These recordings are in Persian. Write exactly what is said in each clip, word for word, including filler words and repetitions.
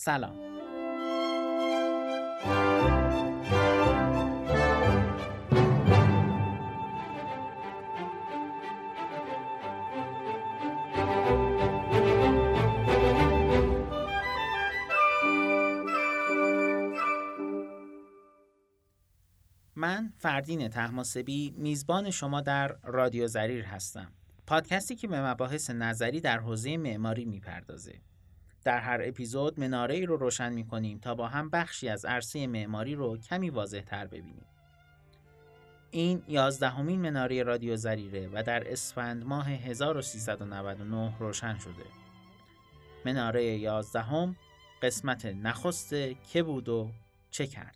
سلام. من فردین طهماسبی میزبان شما در رادیو ضریر هستم. پادکستی که به مباحث نظری در حوزه معماری میپردازه. در هر اپیزود مناره‌ای رو روشن میکنیم تا با هم بخشی از عرصه معماری رو کمی واضح تر ببینیم. این یازدهمین مناره رادیو ضریره و در اسفند ماه هزار و سیصد و نود و نه روشن شده. مناره یازدهم، قسمت نخست که بود و چه کرد.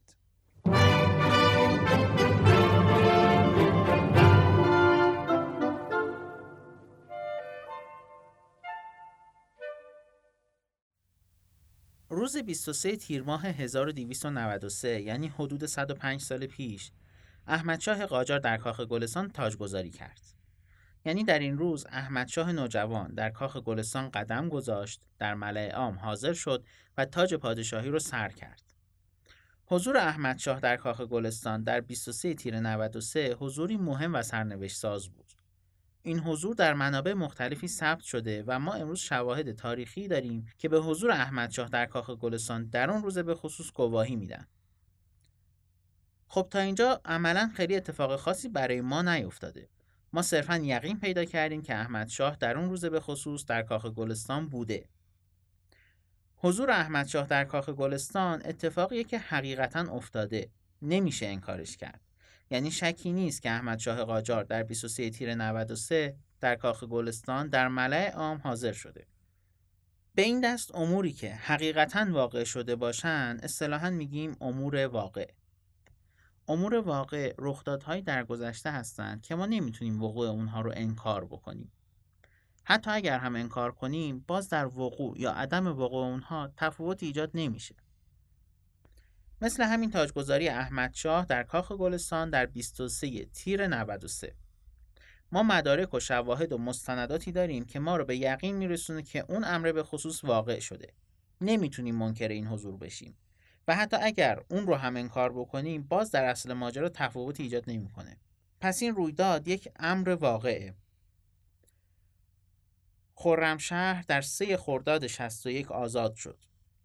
روز بیست و سوم تیر ماه هزار و دویست و نود و سه یعنی حدود صد و پنج سال پیش احمدشاه قاجار در کاخ گلستان تاجگذاری کرد. یعنی در این روز احمدشاه نوجوان در کاخ گلستان قدم گذاشت، در ملأ عام حاضر شد و تاج پادشاهی را سر کرد. حضور احمدشاه در کاخ گلستان در بیست و سوم تیر نود و سه حضوری مهم و سرنوشت ساز بود. این حضور در منابع مختلفی ثبت شده و ما امروز شواهد تاریخی داریم که به حضور احمدشاه در کاخ گلستان در اون روز به خصوص گواهی میدن. خب تا اینجا عملاً خیلی اتفاق خاصی برای ما نیفتاده. ما صرفاً یقین پیدا کردیم که احمدشاه در اون روز به خصوص در کاخ گلستان بوده. حضور احمدشاه در کاخ گلستان اتفاقیه که حقیقتاً افتاده، نمیشه انکارش کرد. یعنی شکی نیست که احمدشاه قاجار در بیست و سوم تیر نود و سه در کاخ گلستان در ملأ عام حاضر شده. به این دست اموری که حقیقتاً واقع شده باشن اصطلاحاً میگیم امور واقع. امور واقع رخدادهایی در گذشته هستند که ما نمیتونیم وقوع اونها رو انکار بکنیم. حتی اگر هم انکار کنیم باز در وقوع یا عدم وقوع اونها تفاوت ایجاد نمیشه. مثل همین تاجگذاری احمدشاه در کاخ گلستان در بیست و سوم تیر نود و سه. ما مدارک و شواهد و مستنداتی داریم که ما رو به یقین میرسونه که اون امر به خصوص واقع شده. نمیتونیم منکر این حضور بشیم و حتی اگر اون رو هم انکار بکنیم باز در اصل ماجرا تفاوتی ایجاد نمیکنه. پس این رویداد یک امر واقعه. خرمشهر در سه خرداد شصت و یک آزاد شد.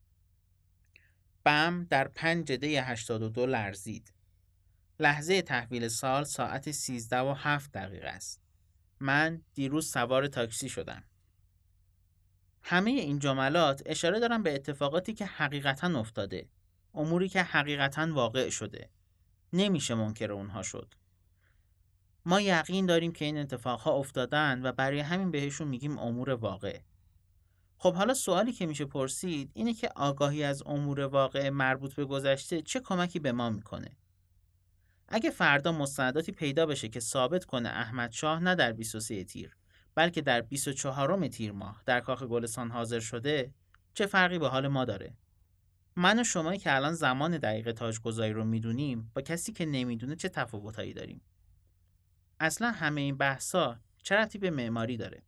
بم در پنج دی هشتاد و دو لرزید. لحظه تحویل سال ساعت سیزده و هفت دقیقه است. من دیروز سوار تاکسی شدم. همه این جملات اشاره دارن به اتفاقاتی که حقیقتاً افتاده. اموری که حقیقتاً واقع شده. نمیشه منکر اونها شد. ما یقین داریم که این اتفاقها افتادن و برای همین بهشون میگیم امور واقع. خب حالا سوالی که میشه پرسید اینه که آگاهی از امور واقع مربوط به گذشته چه کمکی به ما میکنه؟ اگه فردا مستنداتی پیدا بشه که ثابت کنه احمدشاه نه در بیست و سوم تیر بلکه در بیست و چهارم تیر ماه در کاخ گلستان حاضر شده، چه فرقی به حال ما داره؟ من و شمایی که الان زمان دقیق تاجگذاری رو میدونیم با کسی که نمیدونه چه تفاوتایی داریم؟ اصلا همه این بحثا چه ربطی به معماری داره؟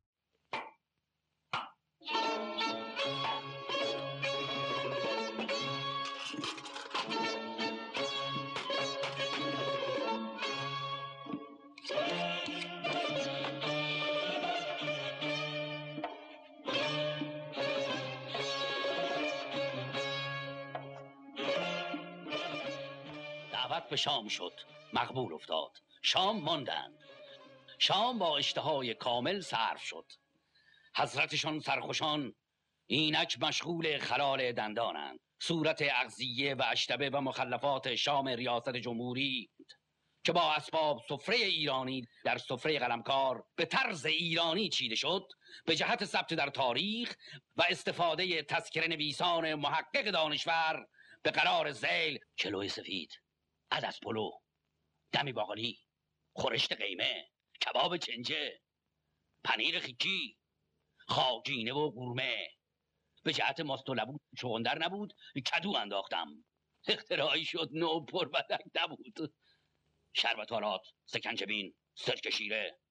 به شام شد، مقبول افتاد. شام ماندند. شام با اشتهای کامل صرف شد. حضرتشان سرخوشان اینک مشغول خلال دندانند. صورت اغذیه و اشتبه و مخلفات شام ریاست جمهوری که با اسباب سفره ایرانی در سفره قلمکار به طرز ایرانی چیده شد، به جهت ثبت در تاریخ و استفاده تذکره نویسان محقق دانشور به قرار ذیل: کلوی سفید، عدس پلو، دمی باقالی، خورشت قیمه، کباب چنجه، پنیر خیکی، خاگینه و قورمه. به جهت ماست و لبود چغندر نبود، کدو انداختم. اختراعی شد، نو پربدک نبود. شربتالات، سکنجبین، سرکه شیره،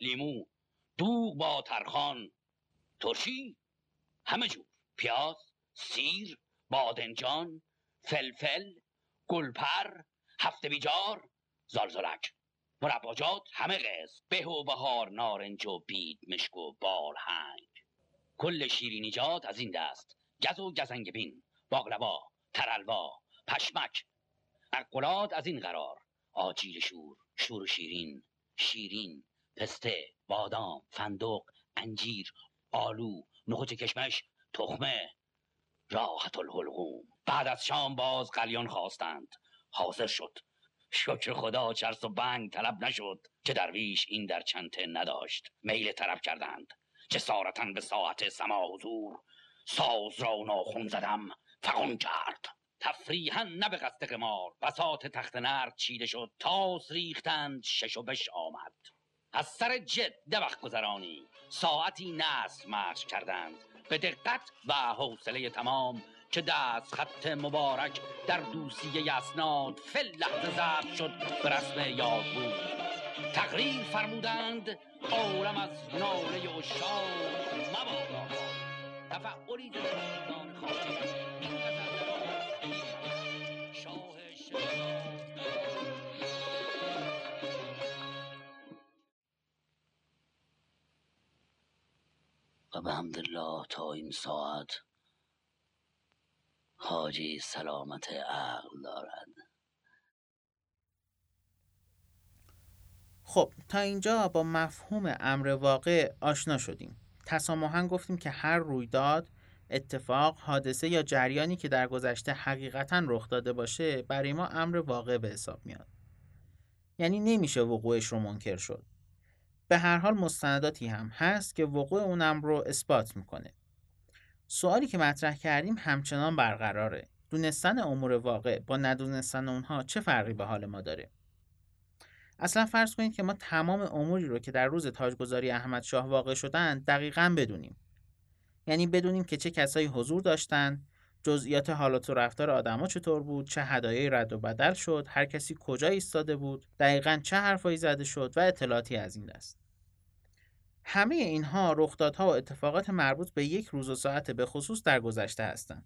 بهلیمو، دوغ با ترخان، ترشی، همه جور، پیاز، سیر، بادنجان، فلفل، گلپر، هفته بیجار، زالزالک. مرباجات همه قسم، به و بهار، نارنج و بید، مشک و بالهنگ. کل شیرینیجات از این دست: گز و گزنگ بین، باقلوا، ترلوا، پشمک. نقلات از این قرار: آجیل شور، شور و شیرین، شیرین، پسته، بادام، فندق، انجیر، آلو، نخود کشمش، تخمه. راحت الحلقوم. بعد از شام باز قلیان خواستند، حاضر شد. شکر خدا چرس و بنگ طلب نشد، که درویش این در چنته نداشت. میل طرب کردند جسارتاً به ساعت سما حضور. ساز را ناخن زدم فغان کرد. تفریحاً نه به قصد قمار، بساط تخت نرد چیده شد. تاس ریختند، شش و بش آمد. از سر جد ده وقت گذرانی، ساعتی نصر مشق کردند. به دقت و حوصله تمام، که دست خط مبارک در دوسیه اسناد فل لحظه ضبط شد به رسم یاد بود. تقریر فرمودند عالم از ناله عشاق مبادا. تفعلی ز شاهدان خاطر این نظر درآمد. شاه شجاع و به حمدالله تا این ساعت حاجی سلامت عقل دارد. خب تا اینجا با مفهوم امر واقع آشنا شدیم. تسامحاً گفتیم که هر رویداد، اتفاق، حادثه یا جریانی که در گذشته حقیقتاً رخ داده باشه برای ما امر واقع به حساب میاد. یعنی نمیشه وقوعش رو منکر شد. به هر حال مستنداتی هم هست که وقوع اون امر رو اثبات میکنه. سوالی که مطرح کردیم همچنان برقراره. دونستن امور واقع با ندونستن اونها چه فرقی به حال ما داره؟ اصلا فرض کنید که ما تمام اموری رو که در روز تاجگذاری احمد شاه واقع شدن دقیقاً بدونیم. یعنی بدونیم که چه کسایی حضور داشتن، جزئیات حالات و رفتار آدما چطور بود، چه هدایایی رد و بدل شد، هر کسی کجا ایستاده بود، دقیقاً چه حرفایی زده شد و اطلاعاتی از این دست. همه اینها رخدادها و اتفاقات مربوط به یک روز و ساعت به خصوص در گذشته هستند.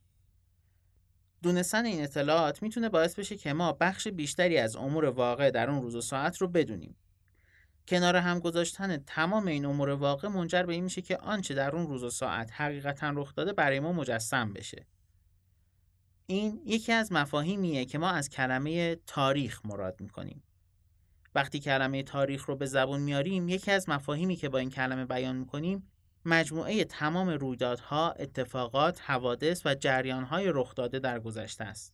دونستن این اطلاعات میتونه باعث بشه که ما بخش بیشتری از امور واقع در اون روز و ساعت رو بدونیم. کنار هم گذاشتن تمام این امور واقع منجر به این میشه که آنچه در اون روز و ساعت حقیقتا رخ داده برای ما مجسم بشه. این یکی از مفاهیمیه که ما از کلمه تاریخ مراد میکنیم. وقتی کلمه تاریخ رو به زبون میاریم، یکی از مفاهیمی که با این کلمه بیان میکنیم مجموعه تمام رویدادها، اتفاقات، حوادث و جریانهای رخ داده در گذشته است.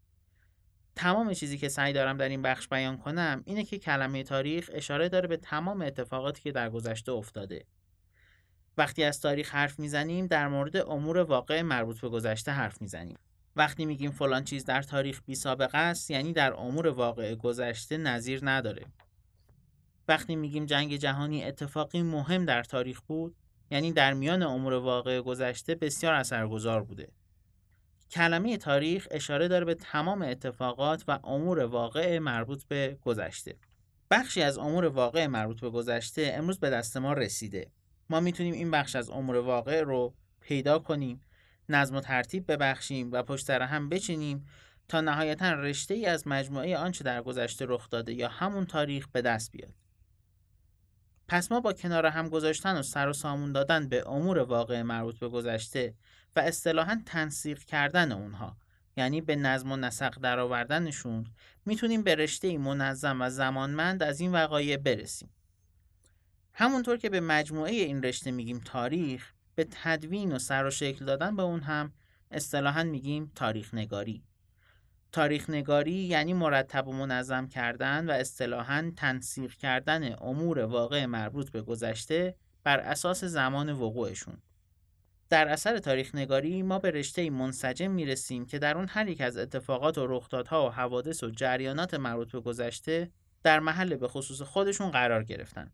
تمام چیزی که سعی دارم در این بخش بیان کنم اینه که کلمه تاریخ اشاره داره به تمام اتفاقاتی که در گذشته افتاده. وقتی از تاریخ حرف میزنیم در مورد امور واقع مربوط به گذشته حرف میزنیم. وقتی میگیم فلان چیز در تاریخ بی سابقه است، یعنی در امور واقع گذشته نظیر نداره. وقتی میگیم جنگ جهانی اتفاقی مهم در تاریخ بود، یعنی در میان امور واقع گذشته بسیار اثرگذار بوده. کلمه تاریخ اشاره داره به تمام اتفاقات و امور واقع مربوط به گذشته. بخشی از امور واقع مربوط به گذشته امروز به دست ما رسیده. ما میتونیم این بخش از امور واقع رو پیدا کنیم، نظم و ترتیب ببخشیم و پشت سر هم بچینیم تا نهایتاً رشته‌ای از مجموعه آنچه در گذشته رخ داده یا همون تاریخ به دست بیاد. پس ما با کنار هم گذاشتن و سر و سامون دادن به امور واقع مربوط به گذشته و اصطلاحاً تنسیق کردن اونها، یعنی به نظم و نسق درآوردنشون، میتونیم به رشته‌ای منظم و زمانمند از این وقایع برسیم. همونطور که به مجموعه این رشته میگیم تاریخ، به تدوین و سر و شکل دادن به اون هم اصطلاحاً میگیم تاریخ نگاری. تاریخ نگاری یعنی مرتب و منظم کردن و اصطلاحاً تنسیق کردن امور واقع مربوط به گذشته بر اساس زمان وقوعشون. در اثر تاریخ نگاری ما به رشته‌ای منسجم میرسیم که در اون هر یک از اتفاقات و رخدادها و حوادث و جریانات مربوط به گذشته در محل به خصوص خودشون قرار گرفتن.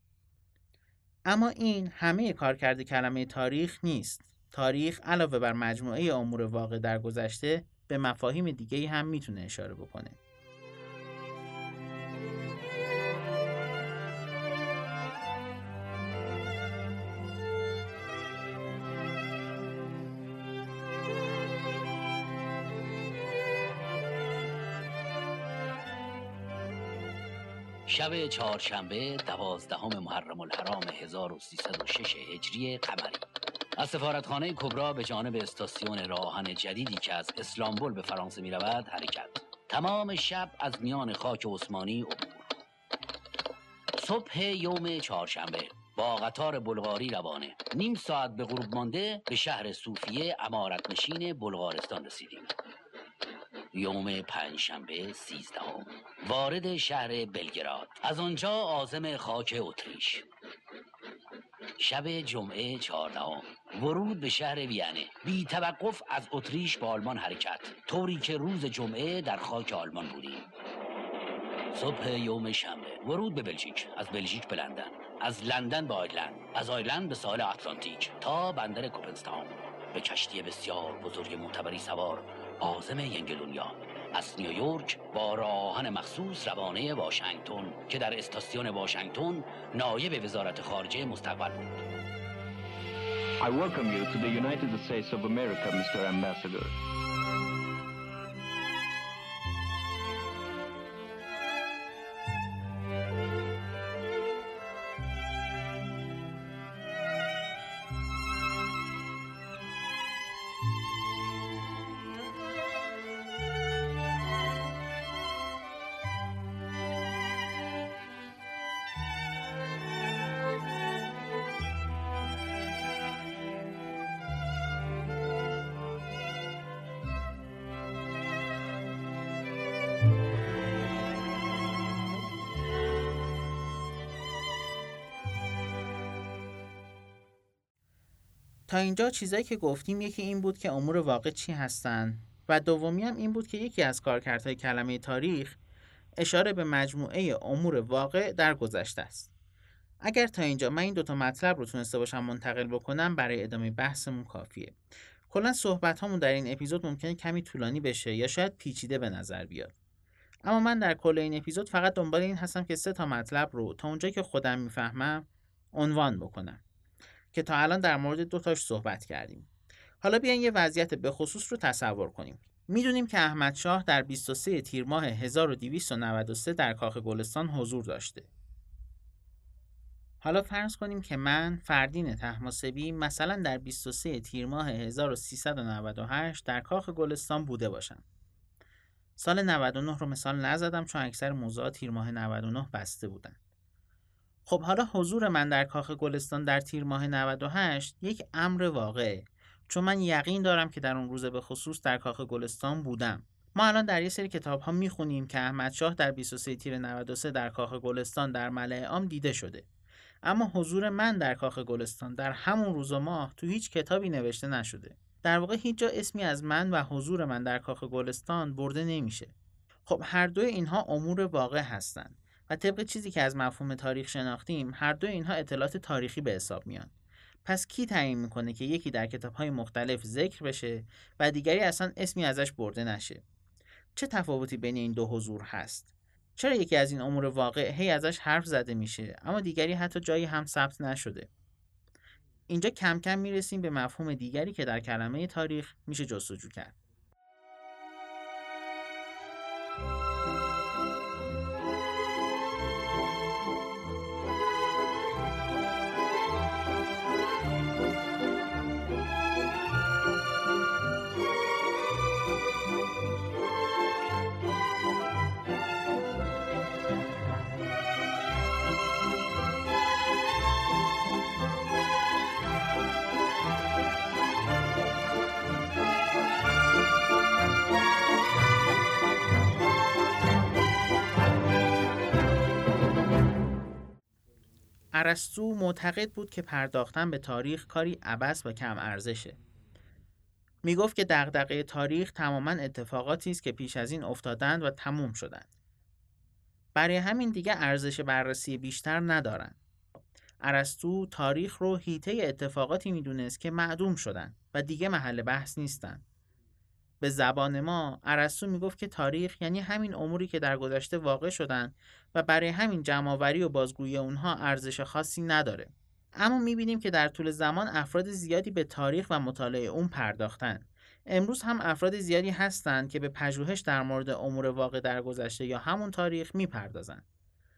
اما این همه کارکرد کلمه تاریخ نیست. تاریخ علاوه بر مجموعه امور واقع در گذشته به مفاهیم دیگه‌ای هم میتونه اشاره بکنه. شب چهارشنبه دوازدهم محرم الحرام هزار و سیصد و شش هجری قمری از سفارتخانه کبرا به جانب استاسیون راه آهن جدیدی که از اسلامبول به فرانسه می رود حرکت. تمام شب از میان خاک عثمانی عبور. صبح یوم چهارشنبه با قطار بلغاری روانه. نیم ساعت به غروب مانده به شهر صوفیه امارت نشین بلغارستان رسیدیم. یوم پنجشنبه سیزدهم وارد شهر بلگراد، از آنجا عازم خاک اتریش. شب جمعه چهاردهم ورود به شهر وینه، بی توقف از اتریش به آلمان حرکت، طوری که روز جمعه در خاک آلمان بودیم. صبح یوم شنبه ورود به بلژیک، از بلژیک به لندن، از لندن به آیرلند، از آیرلند به ساحل اتلانتیک تا بندر کوپنهاگن، به کشتی بسیار بزرگ معتبری سوار عازم ینگلونیا. از نیویورک با راه آهن مخصوص روانه واشنگتن که در استاسیون واشنگتن نایب وزارت خارجه مستقبل بود. I welcome you to the United States of America, Mister Ambassador. تا اینجا چیزایی که گفتیم یکی این بود که امور واقع چی هستن و دومی هم این بود که یکی از کارکردهای کلمه تاریخ اشاره به مجموعه امور واقع در گذشته است. اگر تا اینجا من این دوتا مطلب رو تونسته باشم منتقل بکنم برای ادامه بحثمون کافیه. کلا صحبت هامون در این اپیزود ممکنه کمی طولانی بشه یا شاید پیچیده به نظر بیاد. اما من در کل این اپیزود فقط دنبال این هستم که سه تا مطلب رو تا اونجایی که خودم میفهمم عنوان بکنم که تا الان در مورد دو تاش صحبت کردیم. حالا بیاین یه وضعیت به خصوص رو تصور کنیم. میدونیم که احمد شاه در بیست و سوم تیر ماه هزار و دویست و نود و سه در کاخ گلستان حضور داشته. حالا فرض کنیم که من فردین طهماسبی مثلا در بیست و سوم تیر ماه هزار و سیصد و نود و هشت در کاخ گلستان بوده باشم. سال نود و نه رو مثال نزدم چون اکثر موضوعات تیر ماه نود و نه بسته بودن. خب حالا حضور من در کاخ گلستان در تیر ماه نود و هشت یک امر واقعه، چون من یقین دارم که در اون روز به خصوص در کاخ گلستان بودم. ما الان در یه سری کتاب ها میخونیم که احمد شاه در بیست و سوم تیر نود و سه در کاخ گلستان در ملأ عام دیده شده، اما حضور من در کاخ گلستان در همون روز و ماه تو هیچ کتابی نوشته نشده. در واقع هیچ جا اسمی از من و حضور من در کاخ گلستان برده نمیشه. خب هر دوی اینها امور واقع هستند و طبق چیزی که از مفهوم تاریخ شناختیم هر دوی اینها اطلاعات تاریخی به حساب میان. پس کی تعیین میکنه که یکی در کتاب‌های مختلف ذکر بشه و دیگری اصلا اسمی ازش برده نشه؟ چه تفاوتی بین این دو حضور هست؟ چرا یکی از این امور واقع هی ازش حرف زده میشه اما دیگری حتی جایی هم ثبت نشده؟ اینجا کم کم میرسیم به مفهوم دیگری که در کلمه تاریخ میشه جستجو کرد. ارسطو معتقد بود که پرداختن به تاریخ کاری عبث و کم ارزشه. می گفت که دغدغه تاریخ تماما اتفاقاتی است که پیش از این افتادند و تموم شدند. برای همین دیگه ارزش بررسی بیشتر ندارن. ارسطو تاریخ رو حیطه اتفاقاتی میدونست که معدوم شدن و دیگه محل بحث نیستن. به زبان ما ارسطو میگفت که تاریخ یعنی همین اموری که در گذشته واقع شدن و برای همین جمع‌آوری و بازگویی اونها ارزش خاصی نداره. اما میبینیم که در طول زمان افراد زیادی به تاریخ و مطالعه اون پرداختن. امروز هم افراد زیادی هستند که به پژوهش در مورد امور واقع در گذشته یا همون تاریخ میپردازن.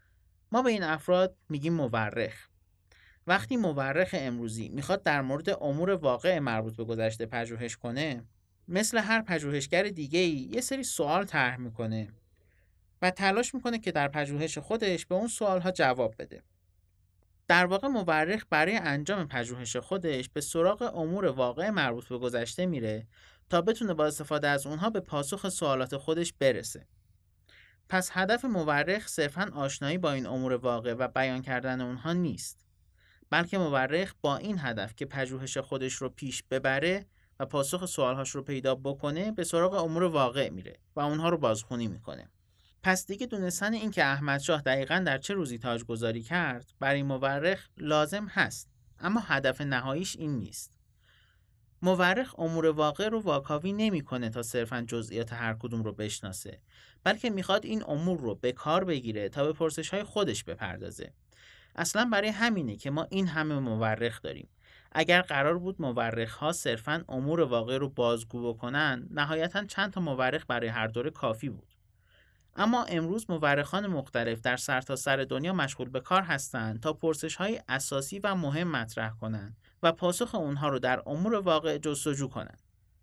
ما به این افراد میگیم مورخ. وقتی مورخ امروزی میخواد در مورد امور واقع مربوط به گذشته پژوهش کنه، مثل هر پژوهشگر دیگه‌ای یه سری سوال طرح میکنه و تلاش میکنه که در پژوهش خودش به اون سوالها جواب بده. در واقع مورخ برای انجام پژوهش خودش به سراغ امور واقع مربوط به گذشته میره تا بتونه با استفاده از اونها به پاسخ سوالات خودش برسه. پس هدف مورخ صرفاً آشنایی با این امور واقع و بیان کردن اونها نیست، بلکه مورخ با این هدف که پژوهش خودش رو پیش ببره و پاسخ سوالهاش رو پیدا بکنه به سراغ امور واقع میره و اونها رو بازخوانی میکنه. پس دیگه دونستن این که احمدشاه دقیقاً در چه روزی تاجگذاری کرد برای مورخ لازم هست، اما هدف نهاییش این نیست. مورخ امور واقع رو واکاوی نمیکنه تا صرفاً جزئیات هر کدوم رو بشناسه، بلکه میخواد این امور رو به کار بگیره تا به پرسش‌های خودش بپردازه. اصلا برای همینه که ما این همه مورخ داریم. اگر قرار بود مورخ‌ها صرفاً امور واقع رو بازگو بکنن، نهایتاً چند تا مورخ برای هر دوره کافی بود. اما امروز مورخان مختلف در سرتاسر سر دنیا مشغول به کار هستند تا پرسش‌های اساسی و مهم مطرح کنند و پاسخ اونها رو در امور واقع جستجو کنند.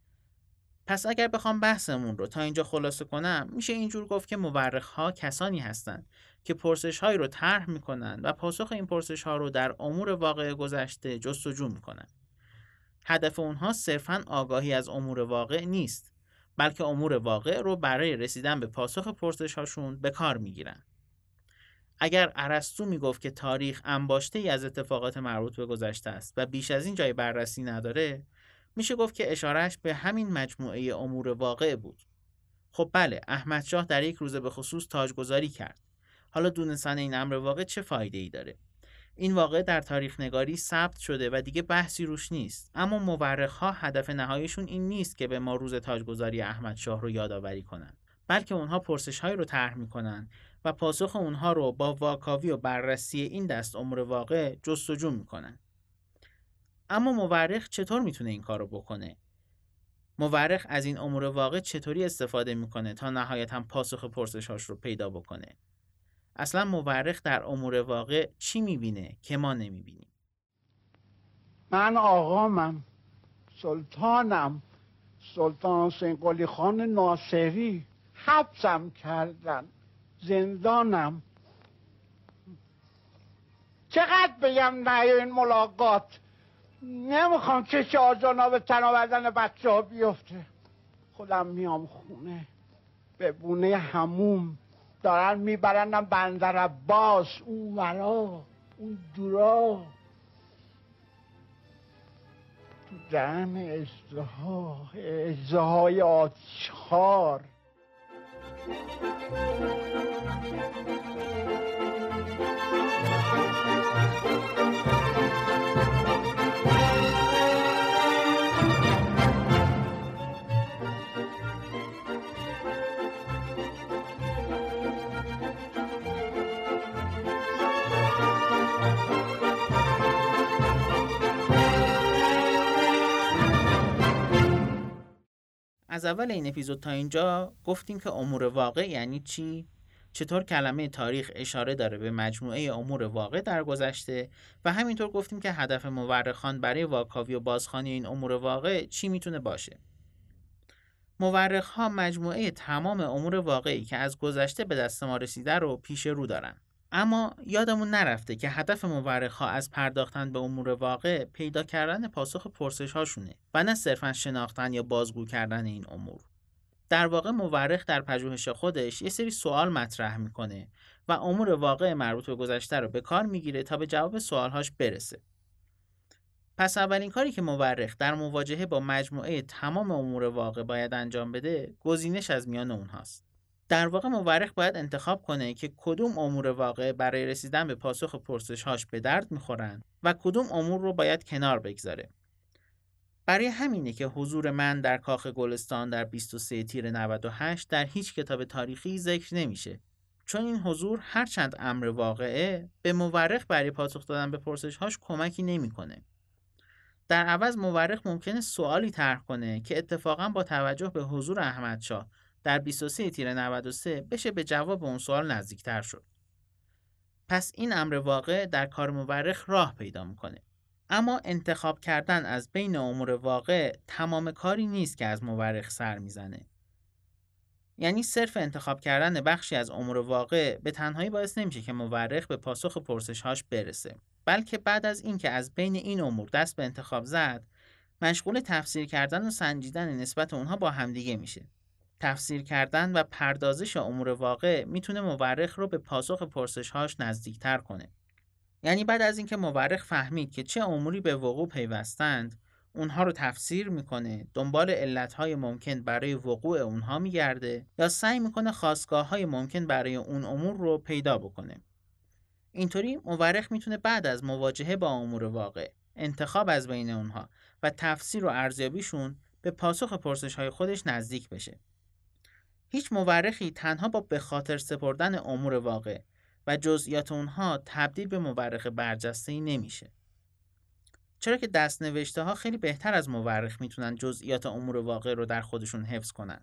پس اگر بخوام بحثمون رو تا اینجا خلاصه کنم، میشه اینجور گفت که مورخ‌ها کسانی هستند که پرسش‌هایی رو طرح می‌کنند و پاسخ این پرسش‌ها رو در امور واقع گذشته جستجو می‌کنند. هدف اونها صرفاً آگاهی از امور واقع نیست، بلکه امور واقع رو برای رسیدن به پاسخ پرسش‌هاشون به کار می‌گیرن. اگر ارسطو میگفت که تاریخ انباشته‌ای از اتفاقات مربوط به گذشته است و بیش از این جای بررسی نداره، میشه گفت که اشارهش به همین مجموعه امور واقع بود. خب بله، احمدشاه در یک روز به خصوص تاجگذاری کرد. حالا دونستن این امر واقع چه فایده‌ای داره؟ این واقع در تاریخ نگاری ثبت شده و دیگه بحثی روش نیست. اما مورخ‌ها هدف نهاییشون این نیست که به ما روز تاجگذاری احمدشاه رو یادآوری کنن، بلکه اونها پرسش‌هایی رو طرح می‌کنن و پاسخ اونها رو با واکاوی و بررسی این دست امور واقع جستجو می‌کنن. اما مورخ چطور میتونه این کارو بکنه؟ مورخ از این امور واقع چطوری استفاده میکنه تا نهایتاً پاسخ پرسش‌هاش رو پیدا بکنه؟ اصلا مورخ در امور واقع چی میبینه که ما نمیبینیم؟ من آقامم، سلطانم، سلطان حسین قلی خان ناصری، حبسم کردن، زندانم. چقدر بگم نه این ملاقات؟ نمیخوام چش آجانا به تن و بدن بچه ها بیفته. خودم میام خونه به بونه هموم، دارن میبرنم بندر عباس، اون ورا اون دورا، تو دهن اژدها، اژدهای آتشخوار. از اول این اپیزود تا اینجا گفتیم که امور واقع یعنی چی؟ چطور کلمه تاریخ اشاره داره به مجموعه امور واقع در گذشته و همینطور گفتیم که هدف مورخان برای واکاوی و بازخوانی این امور واقع چی میتونه باشه. مورخ‌ها مجموعه تمام امور واقعی که از گذشته به دست ما رسیده رو پیش رو دارن. اما یادمون نرفته که هدف مورخ‌ها از پرداختن به امور واقع پیدا کردن پاسخ پرسش‌هاشونه و نه صرفاً شناختن یا بازگو کردن این امور. در واقع مورخ در پژوهش خودش یه سری سوال مطرح میکنه و امور واقع مربوط به گذشته رو به کار میگیره تا به جواب سوالهاش برسه. پس اولین کاری که مورخ در مواجهه با مجموعه تمام امور واقع باید انجام بده، گزینش از میان اونهاست. در واقع مورخ باید انتخاب کنه که کدوم امور واقع برای رسیدن به پاسخ پرسش‌هاش به درد میخورن و کدوم امور رو باید کنار بگذاره. برای همینه که حضور من در کاخ گلستان در بیست و سوم تیر نود و هشت در هیچ کتاب تاریخی ذکر نمیشه، چون این حضور هرچند امر واقعه به مورخ برای پاسخ دادن به پرسش‌هاش کمکی نمیکنه. در عوض مورخ ممکنه سوالی طرح کنه که اتفاقاً با توجه به حضور احمدشاه در بیست و سوم تیر نود و سه بشه به جواب اون سوال نزدیکتر شد. پس این امر واقع در کار مورخ راه پیدا میکنه. اما انتخاب کردن از بین امور واقع تمام کاری نیست که از مورخ سر میزنه. یعنی صرف انتخاب کردن بخشی از امور واقع به تنهایی باعث نمیشه که مورخ به پاسخ پرسش‌هاش برسه، بلکه بعد از اینکه از بین این امور دست به انتخاب زد، مشغول تفسیر کردن و سنجیدن نسبت اونها با همدیگه میشه. تفسیر کردن و پردازش امور واقع میتونه مورخ رو به پاسخ پرسش‌هاش نزدیکتر کنه. یعنی بعد از اینکه مورخ فهمید که چه اموری به وقوع پیوستند، اونها رو تفسیر میکنه، دنبال علتهای ممکن برای وقوع اونها میگرده یا سعی میکنه خاستگاه‌های ممکن برای اون امور رو پیدا بکنه. اینطوری مورخ میتونه بعد از مواجهه با امور واقع، انتخاب از بین اونها و تفسیر و ارزیابیشون به پاسخ پرسش‌های خودش نزدیک بشه. هیچ مورخی تنها با به خاطر سپردن امور واقع و جزئیات اونها تبدیل به مورخ برجسته‌ای نمیشه. چرا که دست‌نوشته ها خیلی بهتر از مورخ میتونن جزئیات امور واقع رو در خودشون حفظ کنن.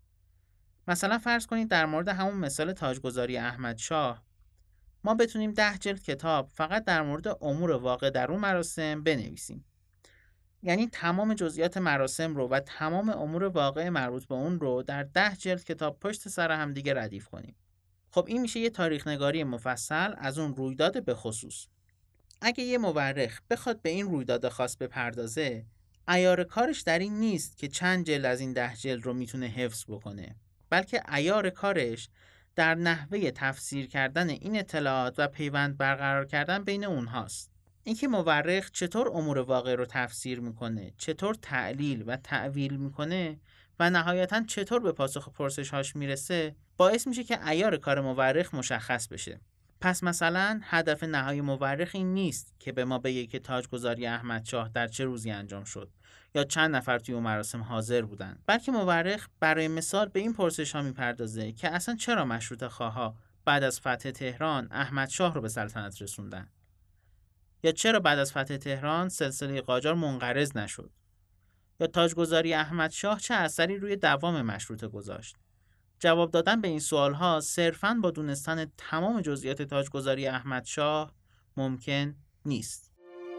مثلا فرض کنید در مورد همون مثال تاجگذاری احمدشاه ما بتونیم ده جلد کتاب فقط در مورد امور واقع در اون مراسم بنویسیم. یعنی تمام جزئیات مراسم رو و تمام امور واقع مربوط به اون رو در ده جلد کتاب پشت سر هم دیگه ردیف کنیم. خب این میشه یه تاریخ نگاری مفصل از اون رویداد به خصوص. اگه یه مورخ بخواد به این رویداد خاص بپردازه، عیار کارش در این نیست که چند جلد از این ده جلد رو میتونه حفظ بکنه، بلکه عیار کارش در نحوه تفسیر کردن این اطلاعات و پیوند برقرار کردن بین اونهاست. اینکه مورخ چطور امور واقع رو تفسیر میکنه، چطور تعلیل و تعویل میکنه و نهایتاً چطور به پاسخ پرسش‌هاش میرسه، باعث میشه که عیار کار مورخ مشخص بشه. پس مثلا هدف نهایی مورخ این نیست که به ما بگه که تاجگذاری احمدشاه در چه روزی انجام شد یا چند نفر توی اون مراسم حاضر بودن، بلکه مورخ برای مثال به این پرسش‌ها میپردازه که اصلا چرا مشروطه خواها بعد از فتح تهران احمدشاه رو به سلطنت رسوندن، یا چرا بعد از فتح تهران سلسله قاجار منقرض نشد، یا تاجگذاری احمدشاه چه اثری روی دوام مشروطه گذاشت. جواب دادن به این سوالها صرفاً با دونستن تمام جزئیات تاجگذاری احمدشاه ممکن نیست.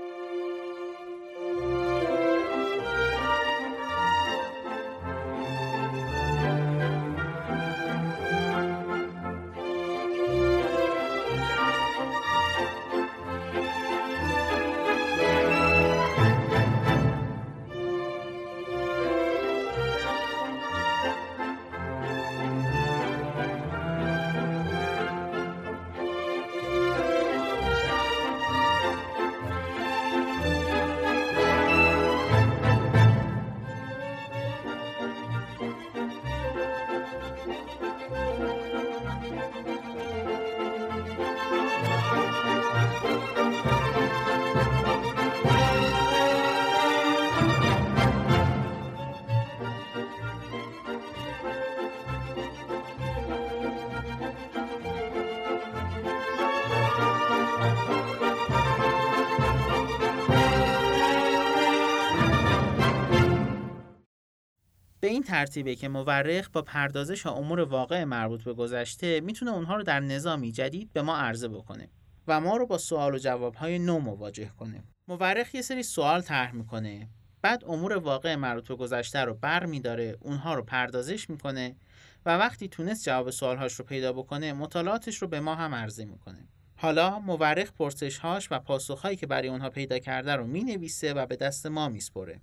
به این ترتیبه که مورخ با پردازش امور واقع مربوط به گذشته میتونه اونها رو در نظامی جدید به ما عرضه بکنه و ما رو با سوال و جوابهای نو مواجه کنه. مورخ یه سری سوال طرح میکنه، بعد امور واقع مربوط به گذشته رو برمی‌داره، اونها رو پردازش میکنه و وقتی تونست جواب سوالهاش رو پیدا بکنه، مطالعاتش رو به ما هم عرضه میکنه. حالا مورخ پرسش‌هاش و پاسخ‌هایی که برای اونها پیدا کرده رو مینویسه و به دست ما میسپره.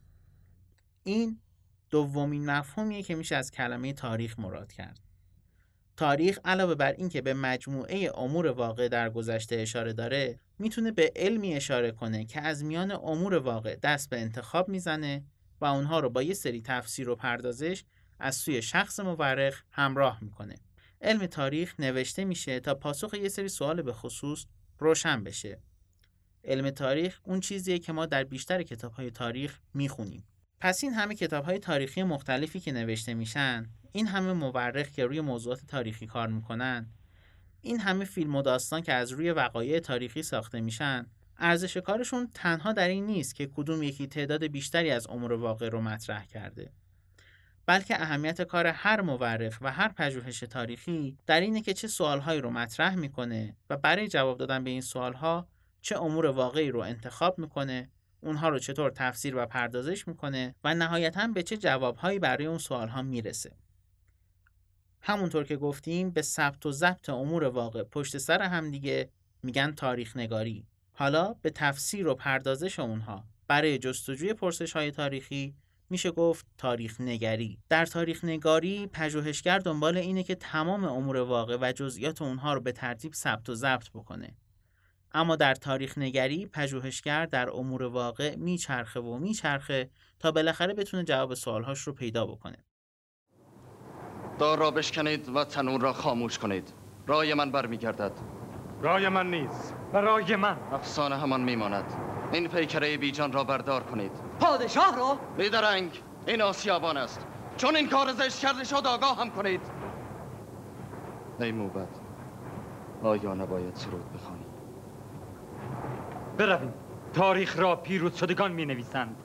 این دومین مفهومیه که میشه از کلمه تاریخ مراد کرد. تاریخ علاوه بر این که به مجموعه امور واقع در گذشته اشاره داره، میتونه به علمی اشاره کنه که از میان امور واقع دست به انتخاب میزنه و اونها رو با یه سری تفسیر و پردازش از سوی شخص مورخ همراه میکنه. علم تاریخ نوشته میشه تا پاسخ یه سری سوال به خصوص روشن بشه. علم تاریخ اون چیزیه که ما در بیشتر کتاب‌های تاریخ میخونیم. پس این همه کتاب‌های تاریخی مختلفی که نوشته میشن، این همه مورخ که روی موضوعات تاریخی کار میکنن، این همه فیلم و داستان که از روی وقایع تاریخی ساخته میشن، ارزش کارشون تنها در این نیست که کدوم یکی تعداد بیشتری از امور واقع رو مطرح کرده، بلکه اهمیت کار هر مورخ و هر پژوهش تاریخی در اینه که چه سوالهایی رو مطرح میکنه و برای جواب دادن به این سوالها چه امور واقعی رو انتخاب میکنه، اونها رو چطور تفسیر و پردازش میکنه و نهایتاً به چه جوابهایی برای اون سوالها میرسه. همونطور که گفتیم به ثبت و ضبط امور واقع پشت سر هم دیگه میگن تاریخ نگاری. حالا به تفسیر و پردازش اونها برای جستجوی پرسش‌های تاریخی میشه گفت تاریخ نگری. در تاریخ نگاری پژوهشگر دنبال اینه که تمام امور واقع و جزئیات اونها رو به ترتیب ثبت و ضبط بکنه. اما در تاریخ نگری پژوهشگر در امور واقع میچرخه و میچرخه تا بالاخره بتونه جواب سوالهاش رو پیدا بکنه. دار را بشکنید و تنور را خاموش کنید. رای من برمیگردد. رای من نیست و رای من افسانه همان میماند. این پیکره بیجان را بردار کنید. پادشاه را؟ بیدرنگ، این آسیابان است. چون این کار زشت کرده شد آگاه هم کنید. ای موبد، آیا نباید سرود بخوانی؟ برویم. تاریخ را پیروز شدگان می نویسند.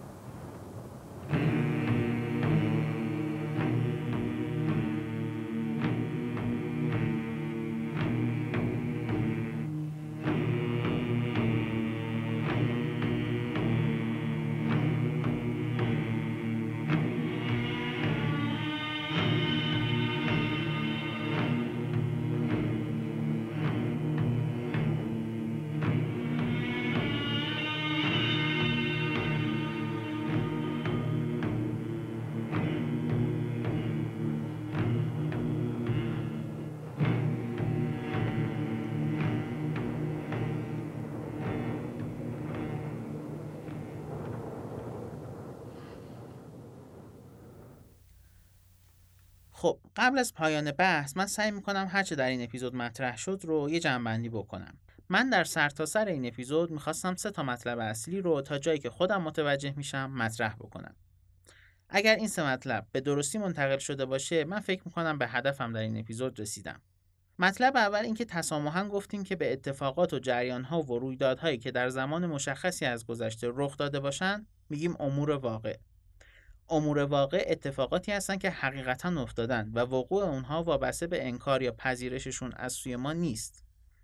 خب قبل از پایان بحث من سعی میکنم هرچه در این اپیزود مطرح شد رو یه جمع‌بندی بکنم. من در سرتاسر این اپیزود میخواستم سه تا مطلب اصلی رو تا جایی که خودم متوجه میشم مطرح بکنم. اگر این سه مطلب به درستی منتقل شده باشه من فکر میکنم به هدفم در این اپیزود رسیدم. مطلب اول این که تسامحاً گفتیم که به اتفاقات و جریان‌ها و رویدادهایی که در زمان مشخصی از گذشته رخ داده باشن میگیم امور واقع. امور واقع اتفاقاتی هستن که حقیقتاً افتادن و وقوع اونها وابسته به انکار یا پذیرششون از سوی ما نیست.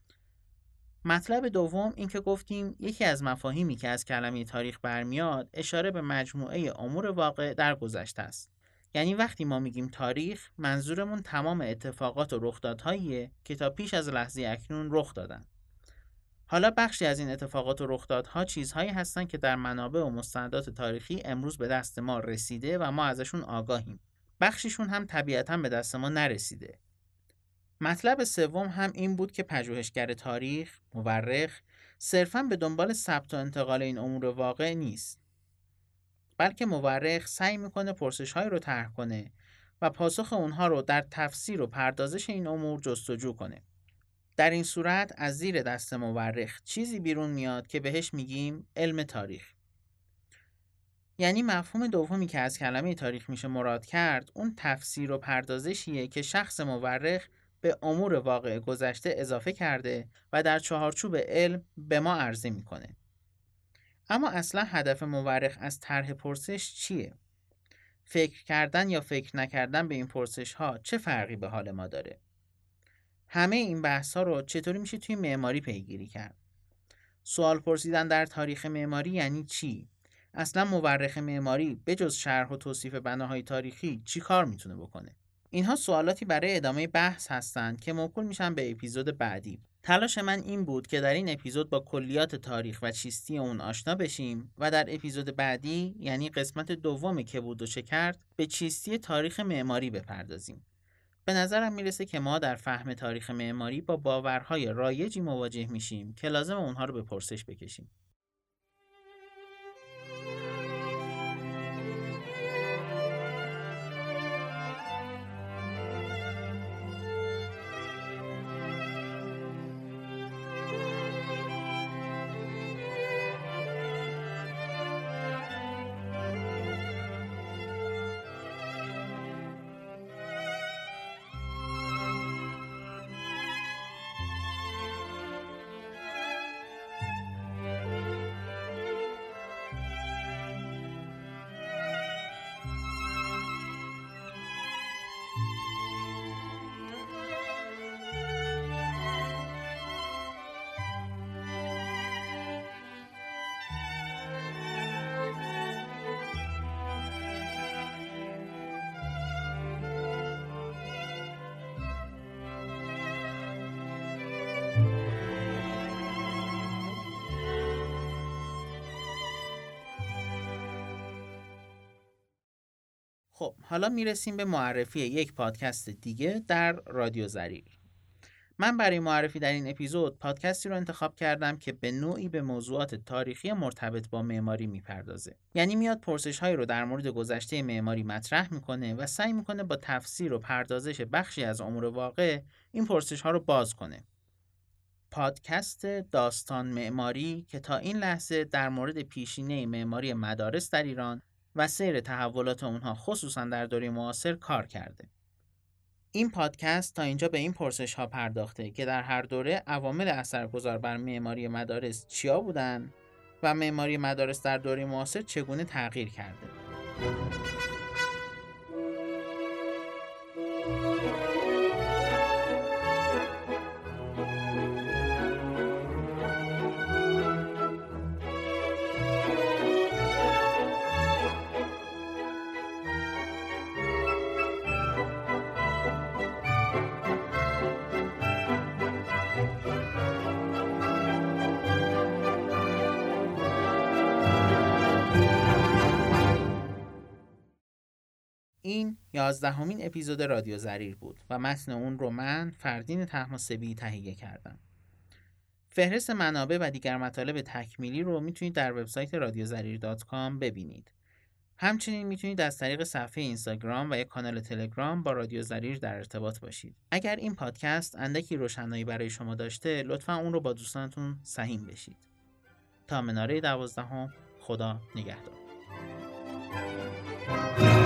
مطلب دوم این که گفتیم یکی از مفاهیمی که از کلمه تاریخ برمیاد اشاره به مجموعه امور واقع در گذشته است. یعنی وقتی ما میگیم تاریخ منظورمون تمام اتفاقات و رخدادهاییه که تا پیش از لحظه اکنون رخ دادن. حالا بخشی از این اتفاقات و رخدادها چیزهایی هستن که در منابع و مستندات تاریخی امروز به دست ما رسیده و ما ازشون آگاهیم. بخشیشون هم طبیعتاً به دست ما نرسیده. مطلب سوم هم این بود که پژوهشگر تاریخ، مورخ، صرفاً به دنبال ثبت و انتقال این امور واقع نیست. بلکه مورخ سعی میکنه پرسش‌هایی رو طرح کنه و پاسخ اونها رو در تفسیر و پردازش این امور جستجو کنه. در این صورت از زیر دست مورخ چیزی بیرون میاد که بهش میگیم علم تاریخ. یعنی مفهوم دومی که از کلمه تاریخ میشه مراد کرد اون تفسیر و پردازشیه که شخص مورخ به امور واقع گذشته اضافه کرده و در چهارچوب علم به ما عرضه میکنه. اما اصلا هدف مورخ از طرح پرسش چیه؟ فکر کردن یا فکر نکردن به این پرسش ها چه فرقی به حال ما داره؟ همه این بحث ها رو چطوری میشه توی معماری پیگیری کرد؟ سوال پرسیدن در تاریخ معماری یعنی چی؟ اصلا مورخ معماری بجز شرح و توصیف بناهای تاریخی چی کار میتونه بکنه؟ اینها سوالاتی برای ادامه بحث هستند که موکول میشن به اپیزود بعدی. تلاش من این بود که در این اپیزود با کلیات تاریخ و چیستی اون آشنا بشیم و در اپیزود بعدی یعنی قسمت دوم که بود و چه کرد به چیستی تاریخ معماری بپردازیم. به نظرم میرسه که ما در فهم تاریخ معماری با باورهای رایجی مواجه میشیم که لازم اونها رو به پرسش بکشیم. خب حالا میرسیم به معرفی یک پادکست دیگه در رادیو ضریر. من برای معرفی در این اپیزود پادکستی رو انتخاب کردم که به نوعی به موضوعات تاریخی مرتبط با معماری میپردازه. یعنی میاد پرسش‌هایی رو در مورد گذشته معماری مطرح میکنه و سعی میکنه با تفسیر و پردازش بخشی از امور واقع این پرسش‌ها رو باز کنه. پادکست داستان معماری که تا این لحظه در مورد پیشینه معماری مدارس در ایران و سیر تحولات اونها خصوصا در دوره معاصر کار کرده. این پادکست تا اینجا به این پرسش ها پرداخته که در هر دوره عوامل اثرگذار بر معماری مدارس چیا بودن و معماری مدارس در دوره معاصر چگونه تغییر کرده. این یازدهمین اپیزود رادیو ضریر بود و متن اون رو من فردین طهماسبی تهیه کردم. فهرست منابع و دیگر مطالب تکمیلی رو میتونید در وبسایت رادیو ضریر دات کام ببینید. همچنین میتونید از طریق صفحه اینستاگرام و یک کانال تلگرام با رادیو ضریر در ارتباط باشید. اگر این پادکست اندکی روشنایی برای شما داشته، لطفاً اون رو با دوستانتون سهیم بشید. تا مناره دوازدهم، خدا نگهدار.